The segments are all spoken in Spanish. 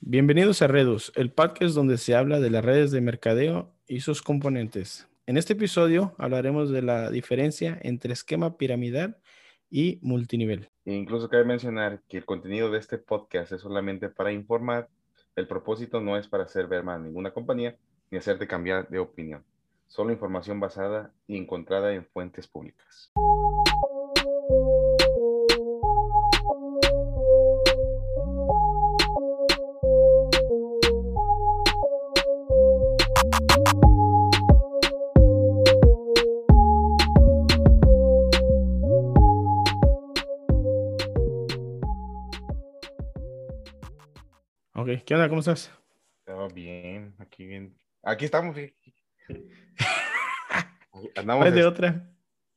Bienvenidos a Redus, el podcast donde se habla de las redes de mercadeo y sus componentes. En este episodio hablaremos de la diferencia entre esquema piramidal y multinivel. E incluso cabe mencionar que el contenido de este podcast es solamente para informar. El propósito no es para hacer ver mal a ninguna compañía ni hacerte cambiar de opinión. Solo información basada y encontrada en fuentes públicas. Ok, ¿qué onda? ¿Cómo estás? Todo bien, aquí bien. Aquí estamos, andamos, ¿Hay de otra?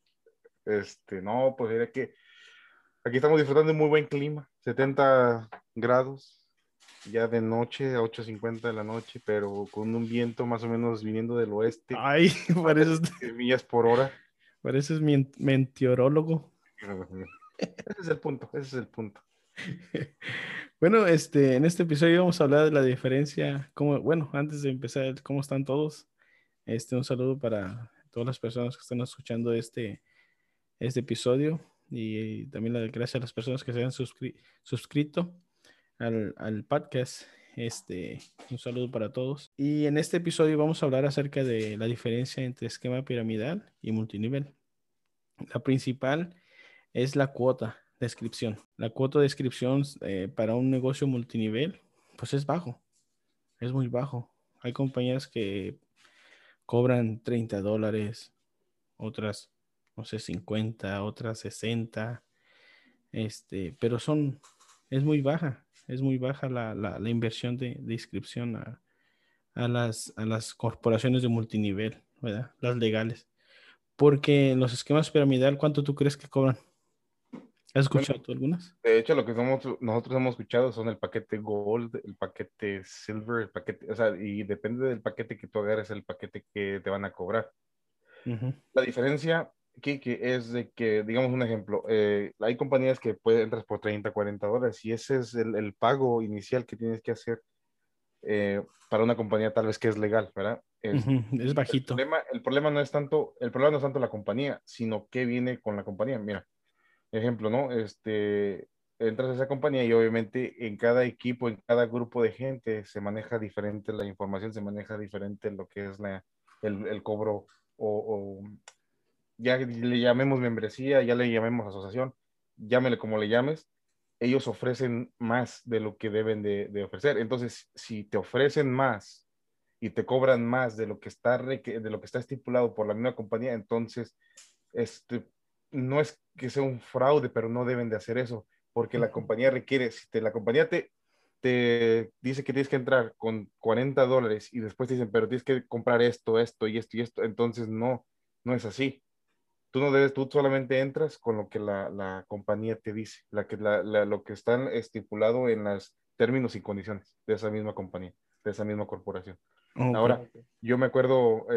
no, pues era que aquí estamos disfrutando de muy buen clima, 70 grados, ya de noche, a 8:50 de la noche, pero con un viento más o menos viniendo del oeste, Ay, a 20 millas por hora. pareces meteorólogo. Ese es el punto, ese es el punto. Bueno, en este episodio vamos a hablar de la diferencia, antes de empezar, ¿cómo están todos? Un saludo para todas las personas que están escuchando este episodio y también gracias a las personas que se han suscrito al podcast. Un saludo para todos. Y en este episodio vamos a hablar acerca de la diferencia entre esquema piramidal y multinivel. La principal es la cuota de inscripción. La cuota de inscripción para un negocio multinivel, pues es bajo, es muy bajo. Hay compañías que cobran $30, otras, no sé, 50, otras 60, pero es muy baja la inversión de inscripción a las corporaciones de multinivel, ¿verdad? Las legales. Porque en los esquemas piramidal, ¿cuánto tú crees que cobran? ¿Has Bueno, escuchado tú algunas? de hecho, lo que nosotros hemos escuchado son el paquete Gold, el paquete Silver, el paquete, o sea, y depende del paquete que tú agarres, el paquete que te van a cobrar. Ujú. La diferencia, que es de que, digamos un ejemplo, hay compañías que entrar por 30, $40 y ese es el pago inicial que tienes que hacer para una compañía tal vez que es legal, ¿verdad? Ujú, es Y bajito. el problema no es tanto la compañía, sino qué viene con la compañía. Mira, ejemplo, ¿no? Entras a esa compañía y obviamente en cada equipo, en cada grupo de gente se maneja diferente la información, se maneja diferente lo que es el cobro o ya le llamemos membresía, ya le llamemos asociación, llámele como le llames, ellos ofrecen más de lo que deben de ofrecer. Entonces, si te ofrecen más y te cobran más de lo que está estipulado por la misma compañía, entonces este, no es que sea un fraude, pero no deben de hacer eso, porque la Ujú. compañía requiere, la compañía te dice que tienes que entrar con $40 y después te dicen, pero tienes que comprar esto, esto y esto y esto, entonces no es así. Tú solamente entras con lo que la compañía te dice, lo que está estipulado en los términos y condiciones de esa misma compañía, de esa misma corporación. Ok. Ahora, yo me acuerdo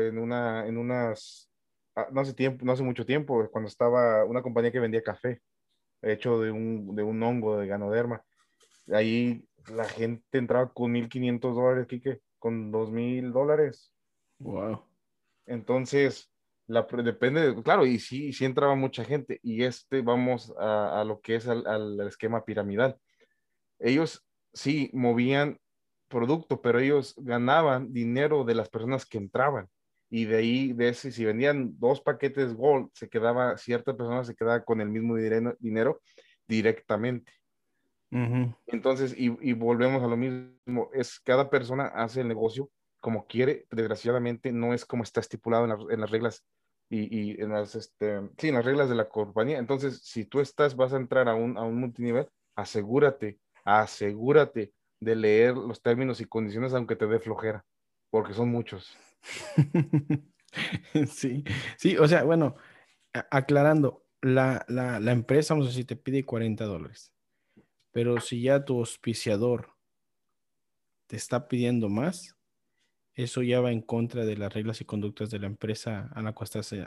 no hace mucho tiempo, cuando estaba una compañía que vendía café, hecho de un hongo de Ganoderma. Ahí la gente entraba con $1,500, Quique, con $2,000. Wow. Entonces, claro, y sí entraba mucha gente. Y vamos a lo que es al esquema piramidal. Ellos sí movían producto, pero ellos ganaban dinero de las personas que entraban. Y de ahí, si vendían 2 paquetes Gold, cierta persona se quedaba con el mismo dinero directamente. Ujú. Entonces, y volvemos a lo mismo, cada persona hace el negocio como quiere, desgraciadamente no es como está estipulado en las reglas y sí, en las reglas de la compañía. Entonces, si tú vas a entrar a un multinivel, asegúrate de leer los términos y condiciones aunque te dé flojera, porque son muchos. Sí, sí, o sea, bueno, aclarando, la empresa, vamos a decir, te pide $40, pero si ya tu auspiciador te está pidiendo más, eso ya va en contra de las reglas y conductas de la empresa a la cual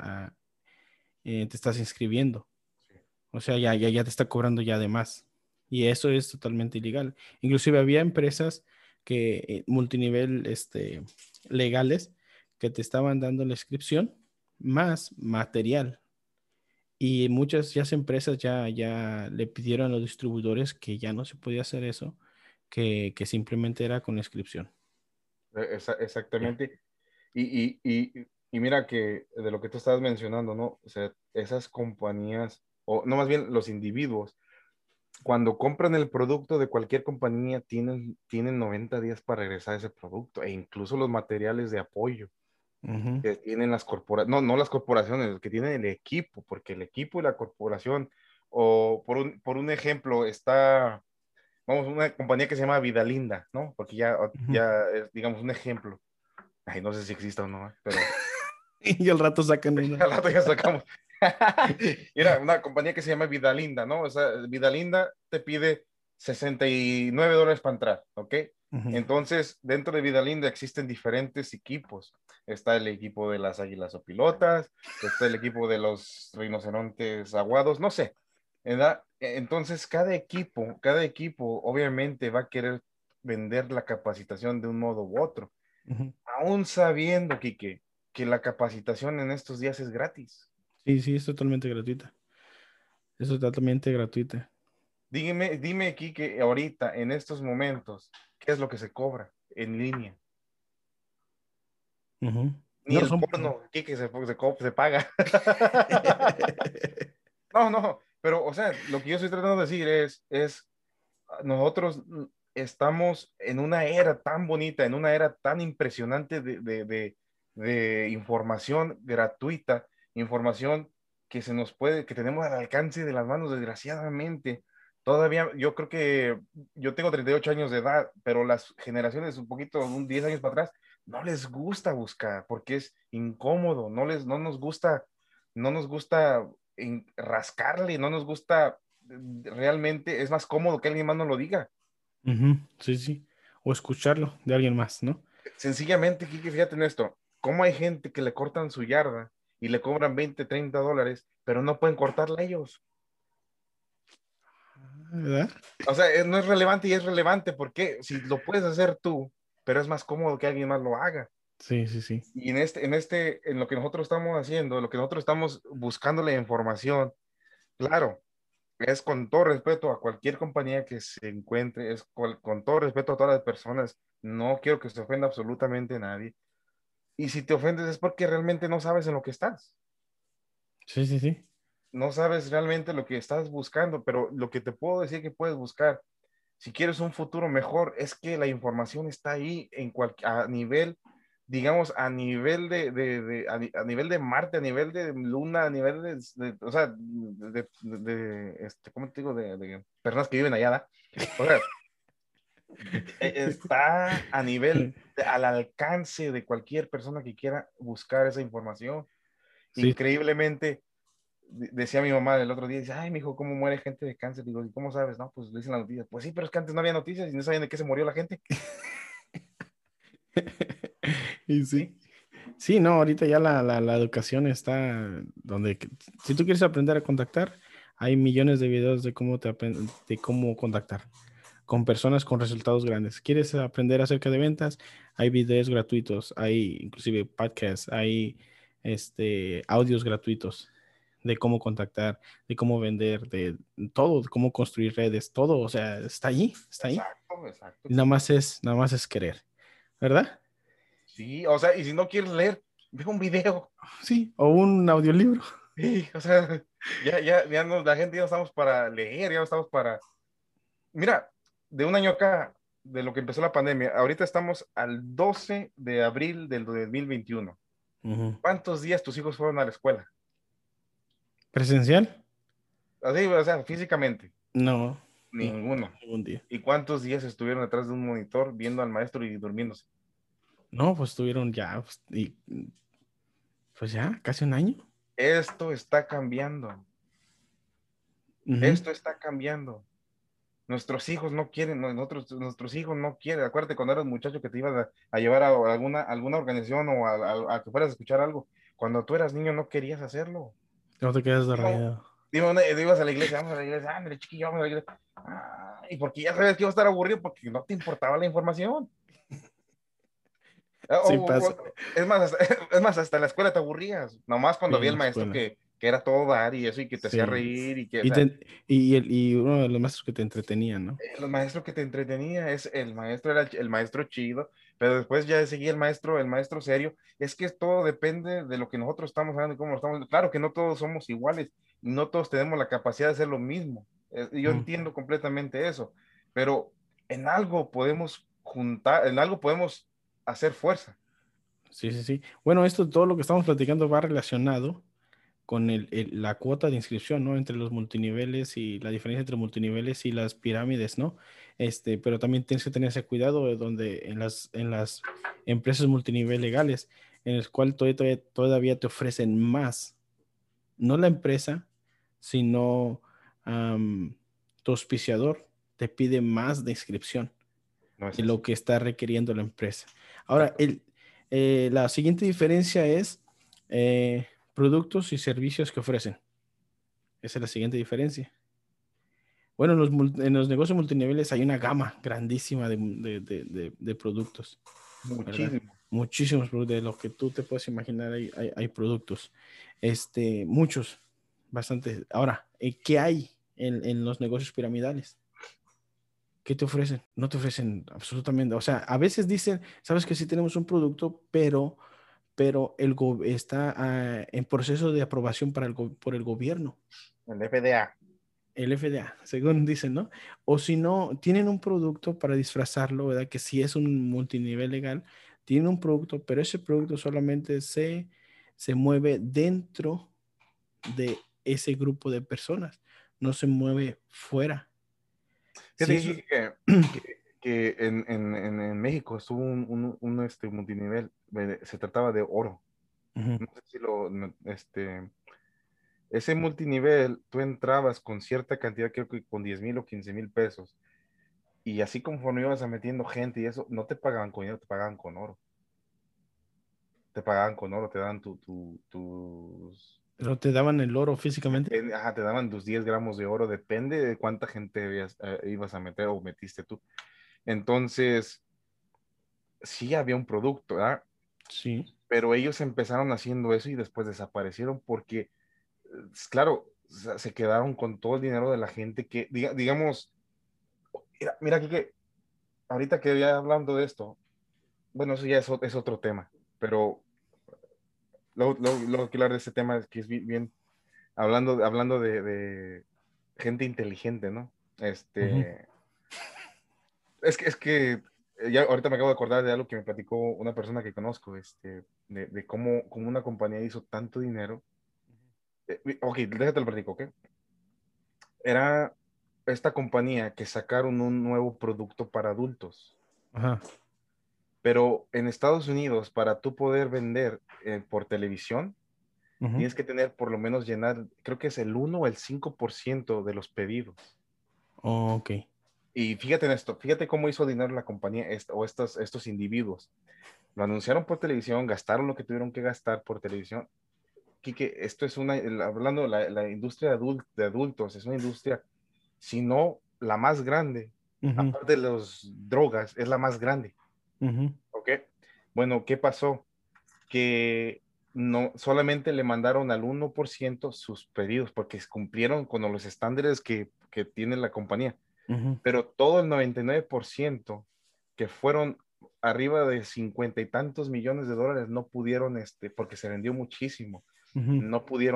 te estás inscribiendo. O sea, ya te está cobrando ya de más. Y eso es totalmente ilegal. Inclusive había empresas que multinivel, legales, que te estaban dando la inscripción más material. Y muchas empresas ya le pidieron a los distribuidores que ya no se podía hacer eso, que simplemente era con la inscripción. Ya. Exactamente. Y mira que de lo que tú estabas mencionando, ¿no? O sea, esas compañías, o no más bien los individuos, cuando compran el producto de cualquier compañía, tienen 90 días para regresar ese producto, e incluso los materiales de apoyo Ujú, que tienen las corporaciones, no las corporaciones, que tienen el equipo, porque el equipo y la corporación, o por un ejemplo, vamos, una compañía que se llama Vidalinda, ¿no? Porque ujú. ya es, digamos, un ejemplo. Ay, no sé si existe o no, pero Y al rato sacan una. al rato ya sacamos. Era una compañía que se llama Vidalinda, ¿no? O sea, Vidalinda te pide $69 para entrar, ¿ok? Ujú, Entonces, dentro de Vidalinda existen diferentes equipos. Está el equipo de las águilas opilotas, está el equipo de los rinocerontes aguados, no sé, ¿verdad? Entonces, cada equipo obviamente va a querer vender la capacitación de un modo u otro, ujú. aún sabiendo, Quique, que la capacitación en estos días es gratis. Sí, sí, es totalmente gratuita. Es totalmente gratuita. Dime aquí que ahorita, en estos momentos, ¿qué es lo que se cobra en línea? Ujú. Ni No, el son... porno, aquí que se paga. No, no, pero, o sea, lo que yo estoy tratando de decir es nosotros estamos en una era tan bonita, en una era tan impresionante de información gratuita, información que tenemos al alcance de las manos, desgraciadamente. Todavía, yo creo que yo tengo 38 años de edad, pero las generaciones un poquito, 10 años para atrás, no les gusta buscar porque es incómodo, no nos gusta rascarle, no nos gusta realmente, es más cómodo que alguien más nos lo diga. Ujú, sí, sí. O escucharlo de alguien más, ¿no? Sencillamente, Kike, fíjate en esto, cómo hay gente que le cortan su yarda y le cobran $20, $30, pero no pueden cortarla ellos. ¿Verdad? O sea, no es relevante y es relevante porque si lo puedes hacer tú, pero es más cómodo que alguien más lo haga. Sí, sí, sí. Y en lo que nosotros estamos haciendo, lo que nosotros estamos buscando la información, claro, es con todo respeto a cualquier compañía que se encuentre, con todo respeto a todas las personas, no quiero que se ofenda absolutamente a nadie. Y si te ofendes es porque realmente no sabes en lo que estás, Sí, sí, sí. no sabes realmente lo que estás buscando, pero lo que te puedo decir que puedes buscar, si quieres un futuro mejor, es que la información está ahí a nivel, digamos, a nivel a nivel de Marte, a nivel de Luna, a nivel o sea, ¿cómo te digo? De personas que viven allá, ¿da? O sea, está al alcance de cualquier persona que quiera buscar esa información. Sí, Increíblemente, decía mi mamá el otro día, dice, ay, mijo, ¿cómo muere gente de cáncer? Digo, ¿y cómo sabes? No, pues dicen las noticias. Pues sí, pero es que antes no había noticias y no sabían de qué se murió la gente. y ¿Sí? sí. Sí, no, ahorita ya la educación está donde, si tú quieres aprender a contactar, hay millones de videos de de cómo contactar con personas con resultados grandes. ¿Quieres aprender acerca de ventas? Hay videos gratuitos, hay inclusive podcasts, hay audios gratuitos de cómo contactar, de cómo vender, de todo, de cómo construir redes, todo, o sea, está ahí, está ahí. Exacto, exacto, Y Kike. nada más es querer, ¿verdad? Sí, o sea, y si no quieres leer, ve un video. Sí, o un audiolibro. Sí, o sea, ya no, la gente ya no estamos para leer, ya no estamos para... Mira, de un año acá, de lo que empezó la pandemia, ahorita estamos al 12 de abril del 2021. Ujú. ¿Cuántos días tus hijos fueron a la escuela? ¿Presencial? Así, o sea, físicamente, No, no, ninguno. ningún día. ¿Y cuántos días estuvieron detrás de un monitor viendo al maestro y durmiéndose? No, pues tuvieron ya, pues, pues ya, casi un año. Esto está cambiando. Ujú. Esto está cambiando. Nuestros hijos no quieren, nuestros hijos no quieren. Acuérdate cuando eras muchacho que te ibas a llevar a alguna organización o a que fueras a escuchar algo. Cuando tú eras niño no querías hacerlo. No te quedas de No, rayado. ibas a la iglesia, vamos a la iglesia, ándale, chiquillo, vamos a la iglesia. Y porque ya sabes que iba a estar aburrido porque no te importaba la información. Sí pasa. Es más, hasta, es más, hasta en la escuela te aburrías, nomás cuando Sí, había en el la maestro escuela. que era todo dar y eso y que te hacía Sí. reír y que, o Y, sea, y uno de los maestros que te entretenían, ¿no? el maestro que te entretenía es el maestro, era el maestro chido, pero después ya seguía el maestro serio. Es que todo depende de lo que nosotros estamos hablando y cómo lo estamos. Claro que no todos somos iguales y no todos tenemos la capacidad de hacer lo mismo. Yo Mm. entiendo completamente eso, pero en algo podemos juntar, en algo podemos hacer fuerza. Sí, sí, sí. Bueno, esto, todo lo que estamos platicando va relacionado con la cuota de inscripción, ¿no? Entre los multiniveles y la diferencia entre multiniveles y las pirámides, ¿no? Pero también tienes que tener ese cuidado de donde en las empresas multinivel legales, en el cual todavía te ofrecen más, no la empresa, sino tu auspiciador te pide más de inscripción No es de así. lo que está requiriendo la empresa. Ahora, Exacto. la siguiente diferencia es productos y servicios que ofrecen. Esa es la siguiente diferencia. Bueno, en los negocios multiniveles hay una gama grandísima de productos, ¿verdad? Muchísimo. Muchísimos productos, de lo que tú te puedes imaginar, hay productos. Muchos, bastante. Ahora, ¿qué hay en los negocios piramidales? ¿Qué te ofrecen? No te ofrecen absolutamente. O sea, a veces dicen, sabes que sí tenemos un producto, pero está en proceso de aprobación por el gobierno, El FDA. el FDA, según dicen, ¿no? O si no, tienen un producto para disfrazarlo, ¿verdad? Que si es un multinivel legal, tienen un producto, pero ese producto solamente se mueve dentro de ese grupo de personas, no se mueve fuera. Si Fíjate eso... que en México estuvo multinivel, se trataba de oro. Ujú, No sé si ese multinivel, tú entrabas con cierta cantidad, creo que con 10,000 o 15,000 pesos, y así conforme ibas a metiendo gente y eso, no te pagaban con dinero, te pagaban con oro. Te pagaban con oro, te daban tus... pero te daban el oro físicamente. Ajá, te daban tus 10 gramos de oro, depende de cuánta gente ibas a meter o metiste tú. Entonces, sí había un producto, ¿verdad? Sí. Pero ellos empezaron haciendo eso y después desaparecieron porque, claro, se quedaron con todo el dinero de la gente que, digamos, mira aquí que ahorita que ya hablando de esto, bueno, eso ya es otro tema, pero lo que hablar de este tema es que es bien, hablando de gente inteligente, ¿no? Ujú, Es que ya ahorita me acabo de acordar de algo que me platicó una persona que conozco, de cómo una compañía hizo tanto dinero. Ok, déjate lo platico, ¿ok? Era esta compañía que sacaron un nuevo producto para adultos, ajá, pero en Estados Unidos, para tú poder vender por televisión, ujú. tienes que tener por lo menos llenar, creo que es el 1 o el 5% de los pedidos. Oh, ok. Y fíjate en esto, fíjate cómo hizo dinero la compañía o estos individuos. Lo anunciaron por televisión, gastaron lo que tuvieron que gastar por televisión. Quique, esto es hablando de la industria de adultos, es una industria, si no la más grande, Ujú, aparte de las drogas, es la más grande, ujú, ¿ok? Bueno, ¿qué pasó? Que no solamente le mandaron al 1% sus pedidos porque cumplieron con los estándares que tiene la compañía, ujú, pero todo el 99% que fueron arriba de 50 y tantos millones de dólares no pudieron, porque se vendió muchísimo, ujú.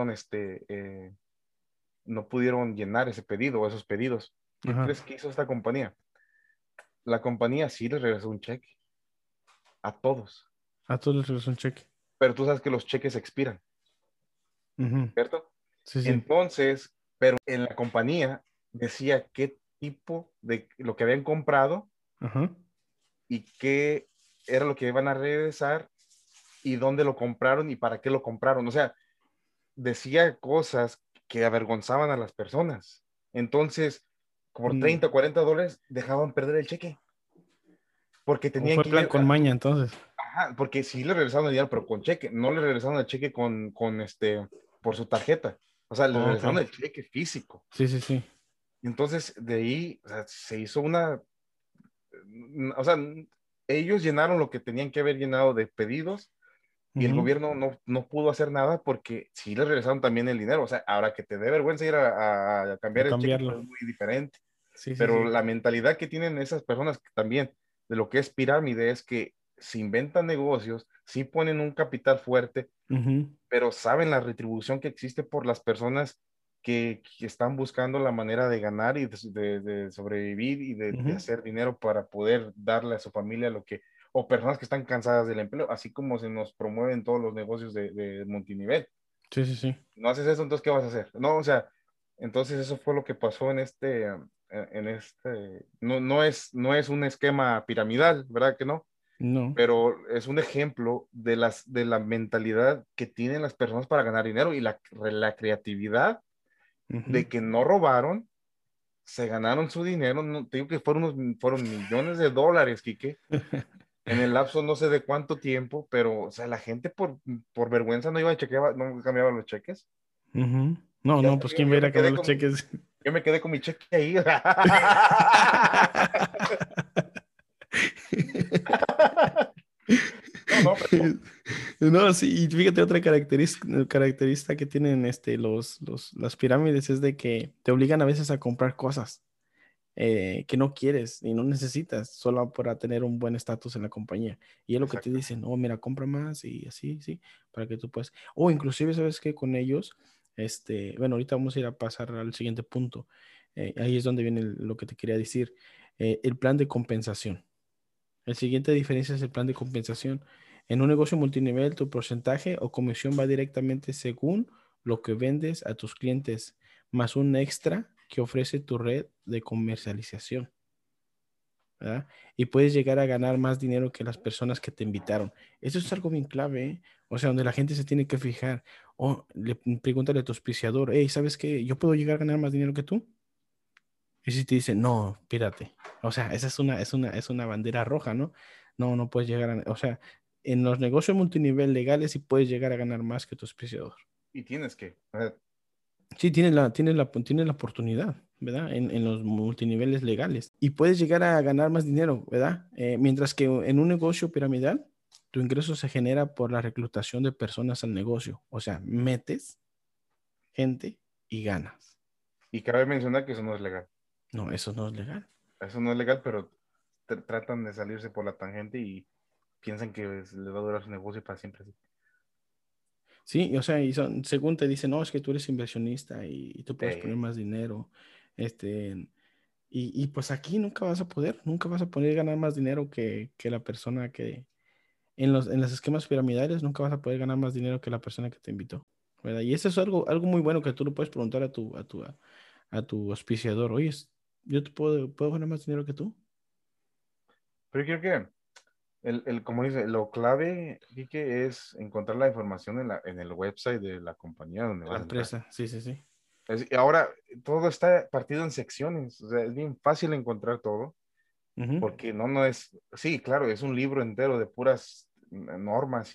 no pudieron llenar ese pedido o esos pedidos. ¿Qué Ajá. crees que hizo esta compañía? La compañía sí les regresó un cheque a todos, A todos les regresó un cheque. pero tú sabes que los cheques expiran, Ujú. ¿cierto? Sí, sí. Entonces, pero en la compañía decía qué tipo de lo que habían comprado Ajá. y qué era lo que iban a regresar y dónde lo compraron y para qué lo compraron. O sea, decía cosas que avergonzaban a las personas. Entonces, por Mm, 30 o $40 dejaban perder el cheque porque o tenían fue que plan ir, con maña entonces. ajá, porque sí le regresaron el dinero, pero con cheque, no le regresaron el cheque por su tarjeta. O sea, le Oh, ok. regresaron el cheque físico. Sí, sí, sí. Y entonces de ahí, o sea, se hizo una, o sea, ellos llenaron lo que tenían que haber llenado de pedidos y el Ujú. gobierno no pudo hacer nada porque sí le regresaron también el dinero. O sea, ahora que te dé vergüenza ir a A cambiar el cheque, cambiarlo. pues es muy diferente. Sí, sí, Pero sí. la mentalidad que tienen esas personas también de lo que es pirámide es que se inventan negocios, sí ponen un capital fuerte, Ujú, pero saben la retribución que existe por las personas que están buscando la manera de ganar y de sobrevivir y de ujú. hacer dinero para poder darle a su familia lo que, o personas que están cansadas del empleo, así como se nos promueven todos los negocios de multinivel. Sí, sí, sí. No haces eso, entonces, ¿qué vas a hacer? No, o sea, entonces eso fue lo que pasó en este, no es un esquema piramidal, ¿verdad que no? No. Pero es un ejemplo de la mentalidad que tienen las personas para ganar dinero y la creatividad Ujú. de que no robaron, se ganaron su dinero, no, te digo que fueron millones de dólares, Quique, en el lapso no sé de cuánto tiempo, pero, o sea, la gente por vergüenza no iba a chequear, no cambiaba los cheques. Ujú. No, Y no, hasta pues yo, quién va a yo ir a me cambiar quedé los con, cheques. yo me quedé con mi cheque ahí. No, no, pero No, sí, y fíjate otra característica que tienen las pirámides es de que te obligan a veces a comprar cosas que no quieres y no necesitas solo para tener un buen estatus en la compañía. Y es lo que te exacto. dicen, oh, mira, compra más y así, sí, para que tú puedas. O inclusive, ¿sabes qué? Con ellos, bueno, ahorita vamos a ir a pasar al siguiente punto. Ahí es donde viene lo que te quería decir. El plan de compensación. El siguiente diferencia es el plan de compensación. En un negocio multinivel, tu porcentaje o comisión va directamente según lo que vendes a tus clientes, más un extra que ofrece tu red de comercialización, ¿verdad? Y puedes llegar a ganar más dinero que las personas que te invitaron. Eso es algo bien clave, ¿eh? O sea, donde la gente se tiene que fijar. O pregúntale a tu auspiciador, hey, ¿sabes qué? ¿Yo puedo llegar a ganar más dinero que tú? Y si te dicen, no, espérate. O sea, esa es una bandera roja, ¿no? No, no puedes llegar o sea, en los negocios multinivel legales sí puedes llegar a ganar más que tu auspiciador. Y tienes que. Sí, tienes la oportunidad, ¿verdad? En los multiniveles legales. Y puedes llegar a ganar más dinero, ¿verdad? Mientras que en un negocio piramidal, tu ingreso se genera por la reclutación de personas al negocio. O sea, metes gente y ganas. Y cabe mencionar que eso no es legal. No, eso no es legal. Eso no es legal, pero tratan de salirse por la tangente y piensan que les va a durar su negocio para siempre así. Sí, o sea, según te dicen, no, es que tú eres inversionista y tú puedes poner Eh, más dinero. Este, y pues aquí nunca vas a poder ganar más dinero que la persona en los esquemas piramidales, nunca vas a poder ganar más dinero que la persona que te invitó, ¿verdad? Y eso es algo muy bueno que tú le puedes preguntar a tu auspiciador, oye, yo puedo ganar más dinero que tú, pero yo creo que como dice, lo clave, Quique, es encontrar la información en el website de la compañía donde de la vas a entrar. empresa, sí, sí, sí. Ahora, todo está partido en secciones, o sea, es bien fácil encontrar todo, Ujú. porque no es, sí, claro, es un libro entero de puras normas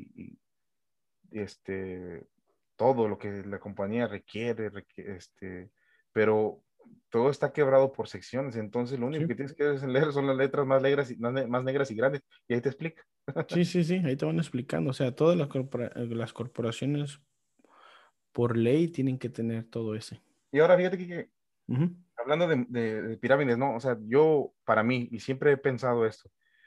y todo lo que la compañía requiere, pero todo está quebrado por secciones, entonces lo único Sí, que tienes que leer son las letras más negras y grandes, y ahí te explica. sí, sí, sí, ahí te van explicando, o sea, todas las corporaciones por ley tienen que tener todo ese. Y ahora fíjate que Ujú, hablando de pirámides, ¿no? O sea, yo, para mí, y siempre he pensado esto,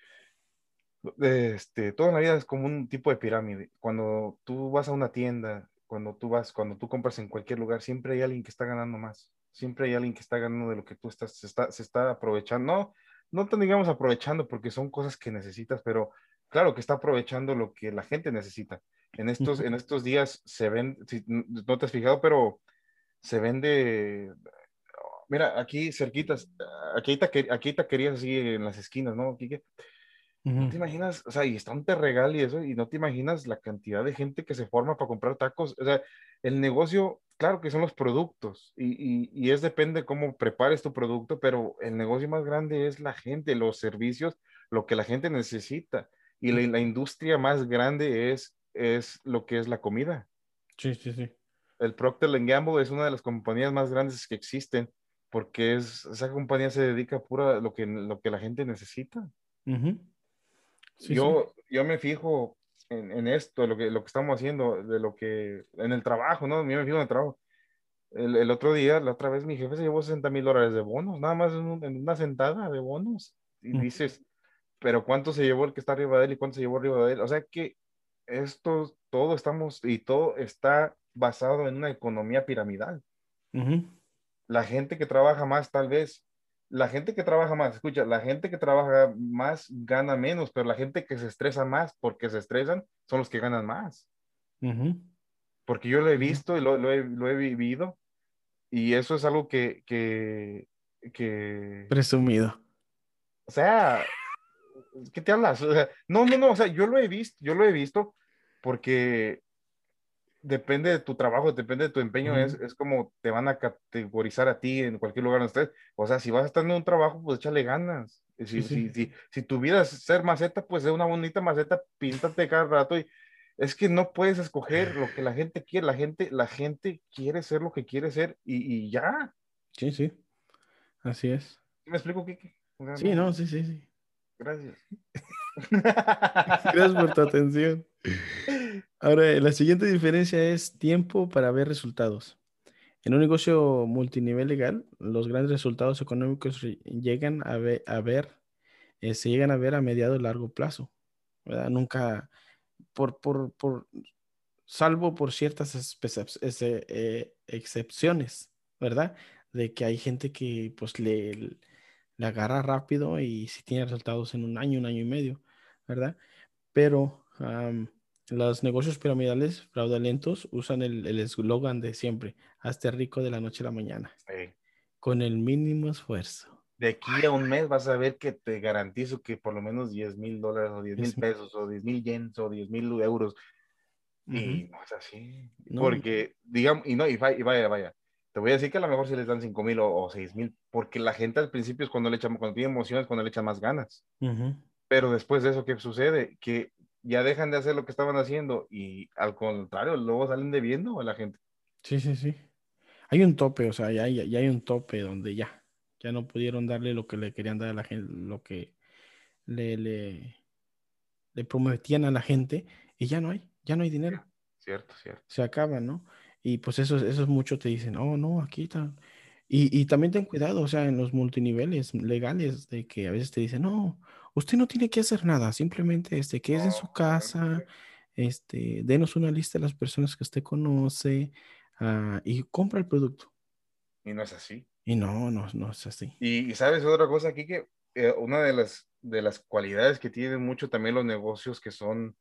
toda la vida es como un tipo de pirámide. Cuando tú vas a una tienda, cuando tú compras en cualquier lugar, siempre hay alguien que está ganando más. Siempre hay alguien que está ganando de lo que tú estás, se está aprovechando. No te digamos aprovechando porque son cosas que necesitas, pero claro que está aprovechando lo que la gente necesita. En estos, ujú, en estos días se ven, si no te has fijado, pero se vende, mira, aquí cerquitas, aquí hay taquerías así en las esquinas, ¿no? No ujú. te imaginas, o sea, y está un terregal y eso, y no te imaginas la cantidad de gente que se forma para comprar tacos. O sea, el negocio, claro que son los productos, y es depende cómo prepares tu producto, pero el negocio más grande es la gente, los servicios, lo que la gente necesita. Y la industria más grande es lo que es la comida. Sí, sí, sí. el Procter Gamble es una de las compañías más grandes que existen, porque esa compañía se dedica a pura lo que la gente necesita. Ujú. Sí, sí. Yo me fijo en esto, lo que estamos haciendo, en el trabajo, ¿no? Yo me fijo en el trabajo. El otro día, la otra vez, mi jefe se llevó $60,000 de bonos, nada más en una sentada de bonos. Y Ujú, dices, pero ¿cuánto se llevó el que está arriba de él y cuánto se llevó arriba de él? O sea que todo está basado en una economía piramidal. ujú, La gente que trabaja más, tal vez, la gente que trabaja más, escucha, la gente que trabaja más gana menos, pero la gente que se estresa más porque se estresan son los que ganan más. ujú. Porque yo lo he Sí, sí. visto y lo he vivido y eso es algo que, Presumido. o sea, ¿qué te hablas? O sea, no, o sea, yo lo he visto porque depende de tu trabajo, depende de tu empeño, Ujú, es como te van a categorizar a ti en cualquier lugar donde estés. O sea, si vas a estar en un trabajo, pues échale ganas. Y sí, sí. si tu vida es ser maceta, pues es una bonita maceta, píntate cada rato y es que no puedes escoger lo que la gente quiere. La gente quiere ser lo que quiere ser y ya. Sí, sí. Así es. ¿Sí ¿Me explico, Kike? O sea, Sí, no, no, sí, sí, sí. gracias. Gracias por tu atención. Ahora, la siguiente diferencia es tiempo para ver resultados. En un negocio multinivel legal, los grandes resultados económicos se llegan a ver a mediado y largo plazo, ¿verdad? Nunca, por, salvo por ciertas excepciones, ¿verdad? De que hay gente que pues le agarra rápido y si tiene resultados en un año y medio, ¿verdad? Pero los negocios piramidales fraudulentos usan el eslogan de siempre, hazte rico de la noche a la mañana, Sí. con el mínimo esfuerzo. De aquí a un mes vas a ver que te garantizo que por lo menos $10,000 o diez Es, mil pesos o 10,000 yens o 10,000 euros. ujú. Y no es así. No, Porque, digamos, y vaya. Te voy a decir que a lo mejor si les dan 5,000 o 6,000, porque la gente al principio es cuando cuando tiene emociones, cuando le echa más ganas. ujú. Pero después de eso, ¿qué sucede? Que ya dejan de hacer lo que estaban haciendo y al contrario, luego salen debiendo a la gente. Sí, sí, sí. Hay un tope, o sea, ya hay un tope donde ya no pudieron darle lo que le querían dar a la gente, lo que le, le, le prometían a la gente y ya no hay dinero. Cierto, cierto. Se acaban, ¿no? Y pues eso es mucho te dicen, oh, no, aquí está. Y también ten cuidado, o sea, en los multiniveles legales, de que a veces te dicen, no, usted no tiene que hacer nada, simplemente quédese en su casa, denos una lista de las personas que usted conoce, y compra el producto. Y no es así. Y no, no, no es así. Y sabes otra cosa aquí que una de las cualidades que tienen mucho también los negocios que son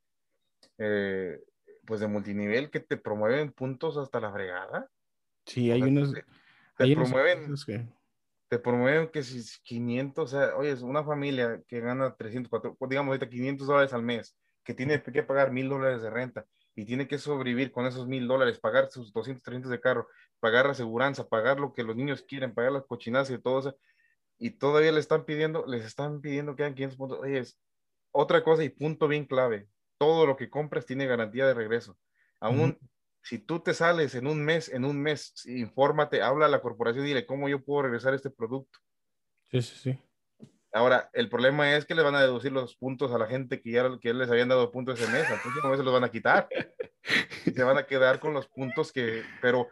eh, pues de multinivel que te promueven puntos hasta la fregada. Sí, O sea, te hay unas promueven, empresas que, te promueven que si es 500, o sea, oye, es una familia que gana 300 digamos ahorita $500 al mes, que tiene que pagar $1,000 de renta y tiene que sobrevivir con esos $1,000, pagar sus 200 300 de carro, pagar la aseguranza, pagar lo que los niños quieren, pagar las cochinadas y todo eso, y todavía les están pidiendo que hagan 500 puntos. Oye, es otra cosa y punto bien clave, todo lo que compras tiene garantía de regreso. ujú, Aún si tú te sales en un mes, infórmate, habla a la corporación y dile cómo yo puedo regresar este producto. sí, sí, sí. Ahora, el problema es que le van a deducir los puntos a la gente que ya les habían dado puntos ese mes, al próximo mes se los van a quitar y se van a quedar con los puntos pero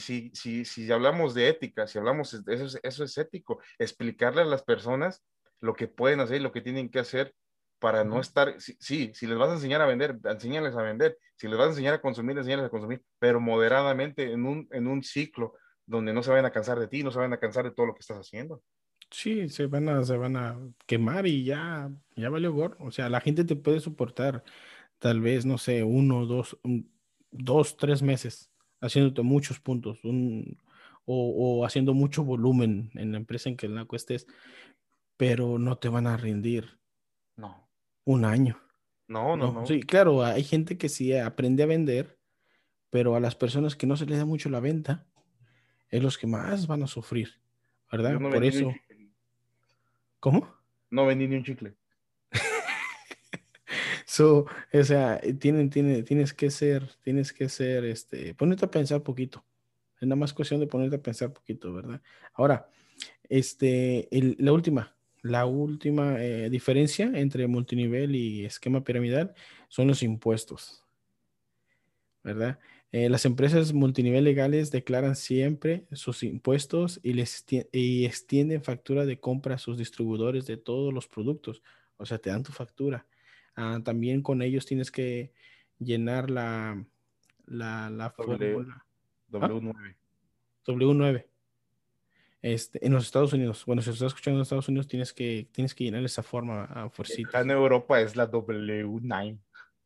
si hablamos de ética, si hablamos, eso es ético, explicarle a las personas lo que pueden hacer y lo que tienen que hacer para no Ujú. estar, si les vas a enseñar a vender, enséñales a vender, si les vas a enseñar a consumir, enséñales a consumir, pero moderadamente en un ciclo donde no se vayan a cansar de ti, no se vayan a cansar de todo lo que estás haciendo. Sí, se van a quemar y ya valió gorro. O sea, la gente te puede soportar tal vez, no sé, 2, 3 meses haciéndote muchos puntos, o haciendo mucho volumen en la empresa en que la estés, pero no te van a rendir No, un año. No, no. sí, claro, hay gente que sí aprende a vender, pero a las personas que no se les da mucho la venta, es los que más van a sufrir, Yo ¿verdad? no Por vendí ni un eso, chicle. ¿cómo? No vendí ni un chicle. O sea, tienes que ser, ponerte a pensar poquito. Es nada más cuestión de ponerte a pensar poquito, ¿verdad? Ahora, la última diferencia entre multinivel y esquema piramidal son los impuestos, ¿verdad? Las empresas multinivel legales declaran siempre sus impuestos y extienden factura de compra a sus distribuidores de todos los productos. O sea, te dan tu factura. También con ellos tienes que llenar la W, fórmula. ¿Ah? W9. W9. En los Estados Unidos. Bueno, si estás escuchando en Estados Unidos, tienes que llenar esa forma a Acá en fuercitas. Europa es la W9.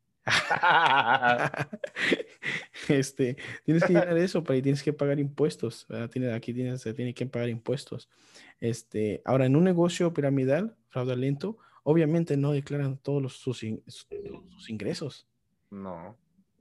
Tienes que llenar eso, pero ahí tienes que pagar impuestos, ¿verdad? Se tiene que pagar impuestos. Ahora, en un negocio piramidal, fraudulento, obviamente no declaran todos sus ingresos. No,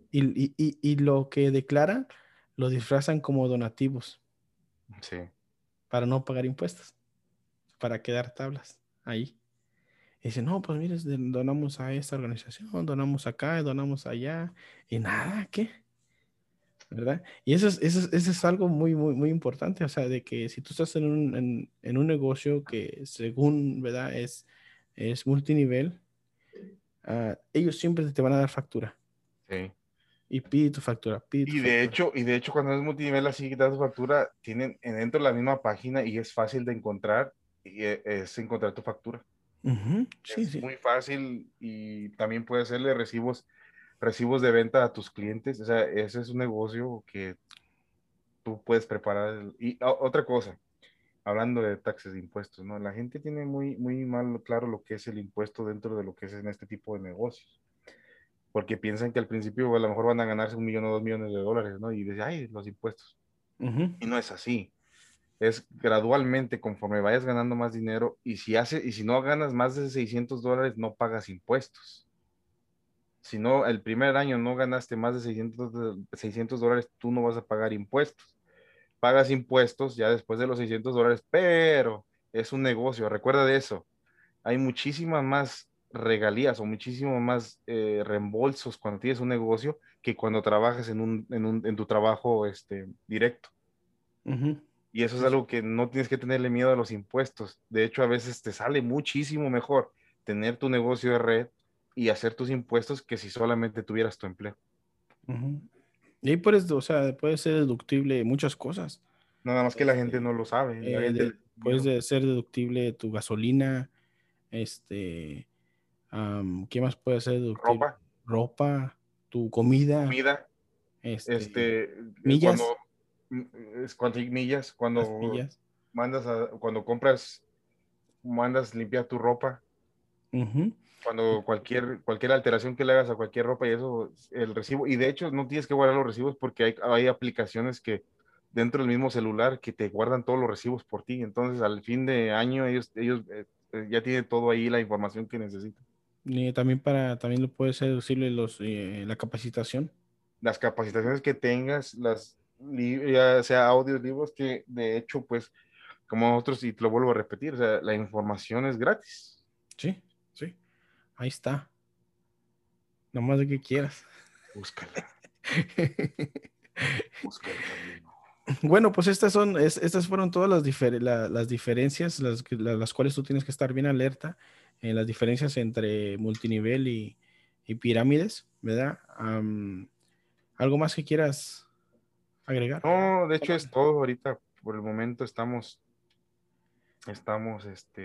Y lo que declaran lo disfrazan como donativos sí. para no pagar impuestos, para quedar tablas ahí. Y dice, no, pues mire, donamos a esta organización, donamos acá, donamos allá, y nada, ¿qué? ¿Verdad? Y eso es algo muy, muy, muy importante, o sea, de que si tú estás en un negocio que según, ¿verdad? Es multinivel, ellos siempre te van a dar factura. Sí. Y pide tu factura, pide tu factura. Y de hecho, cuando es multinivel así, das tu factura, tienen dentro de la misma página y es fácil de encontrar, y es encontrar tu factura. Ujú, sí, Es sí. muy fácil y también puedes hacerle recibos de venta a tus clientes. O sea, ese es un negocio que tú puedes preparar. Y otra cosa, hablando de taxes de impuestos, ¿no? La gente tiene muy, muy mal claro lo que es el impuesto dentro de lo que es en este tipo de negocios. Porque piensan que al principio a lo mejor van a ganarse 1 millón o 2 millones de dólares, ¿no? Y dicen, ay, los impuestos. Ujú, Y no es así. Es gradualmente conforme vayas ganando más dinero y si no ganas más de $600, no pagas impuestos. Si no, el primer año no ganaste más de $600, tú no vas a pagar impuestos. Pagas impuestos ya después de los $600, pero es un negocio, recuerda de eso. Hay muchísimas más regalías o muchísimos más reembolsos cuando tienes un negocio que cuando trabajas en tu trabajo directo. ujú. Y eso es Sí, sí. algo que no tienes que tenerle miedo a los impuestos. De hecho, a veces te sale muchísimo mejor tener tu negocio de red y hacer tus impuestos que si solamente tuvieras tu empleo. Ujú. Y ahí puedes, o sea, puede ser deductible muchas cosas. Nada más que la gente Este, no lo sabe, la gente le tiene puedes miedo. ser deductible tu gasolina, este, ¿qué más puede ser deductible? Ropa, Ropa, tu comida, comida, este, este, cuando, millas, cuando hay millas, las millas. cuando compras, mandas limpiar tu ropa, Ujú. cuando cualquier alteración que le hagas a cualquier ropa y eso, el recibo, y de hecho no tienes que guardar los recibos porque hay aplicaciones que dentro del mismo celular que te guardan todos los recibos por ti, entonces al fin de año ellos ya tienen todo ahí la información que necesitan. Y también lo puede ser deducible la capacitación. Las capacitaciones que tengas, ya sea audios, libros, que de hecho, pues, como nosotros, y te lo vuelvo a repetir, o sea, la información es gratis. Sí, sí, ahí está, nomás de que quieras. Búscala, busca el camino. Bueno, pues estas fueron todas las diferencias, las cuales tú tienes que estar bien alerta en las diferencias entre multinivel y pirámides, ¿verdad? ¿Algo más que quieras agregar? No, de hecho es todo ahorita, por el momento estamos,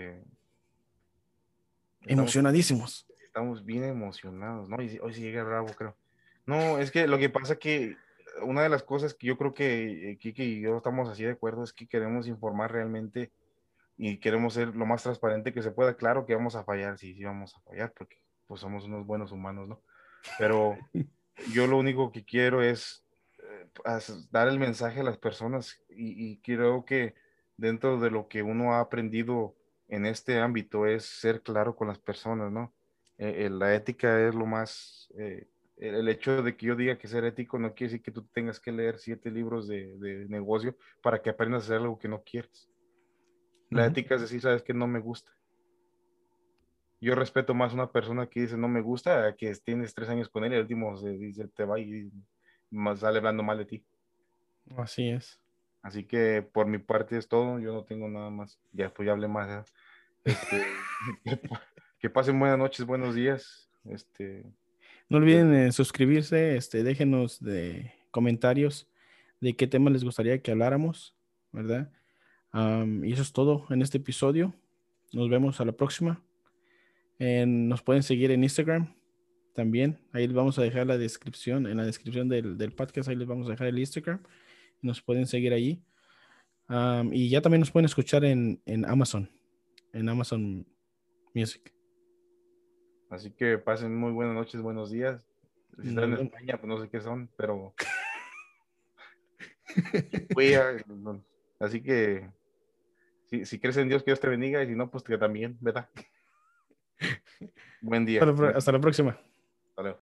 estamos, Emocionadísimos. estamos bien emocionados, ¿no? Y hoy sí llega Bravo, creo. No, es que lo que pasa que una de las cosas que yo creo que Kike y yo estamos así de acuerdo es que queremos informar realmente y queremos ser lo más transparente que se pueda. Claro que vamos a fallar, sí, sí vamos a fallar, porque pues somos unos buenos humanos, ¿no? Pero yo lo único que quiero es dar el mensaje a las personas y creo que dentro de lo que uno ha aprendido en este ámbito es ser claro con las personas, ¿no? La ética es lo más... el hecho de que yo diga que ser ético no quiere decir que tú tengas que leer 7 libros de negocio para que aprendas a hacer algo que no quieres. La Ujú. ética es decir, sabes que no me gusta. yo respeto más a una persona que dice no me gusta a que tienes 3 años con él y el último se dice te va y más sale hablando mal de ti. Así es. Así que por mi parte es todo, yo no tengo nada más. Ya pues ya hablé más. ¿Eh? Este, que, que pasen buenas noches, buenos días. No Pues, olviden suscribirse, déjenos de comentarios de qué tema les gustaría que habláramos, ¿verdad? Y eso es todo en este episodio. Nos vemos a la próxima. Nos pueden seguir en Instagram también. Ahí les vamos a dejar la descripción, en la descripción del podcast, ahí les vamos a dejar el Instagram. Nos pueden seguir allí. Y ya también nos pueden escuchar en Amazon Music. así que pasen muy buenas noches, buenos días. Si están Nos en vemos. España, pues no sé qué son, pero voy a, no, así que si crees en Dios, que Dios te bendiga, y si no, pues que también, ¿verdad? Buen día. Hasta la próxima. Hasta luego.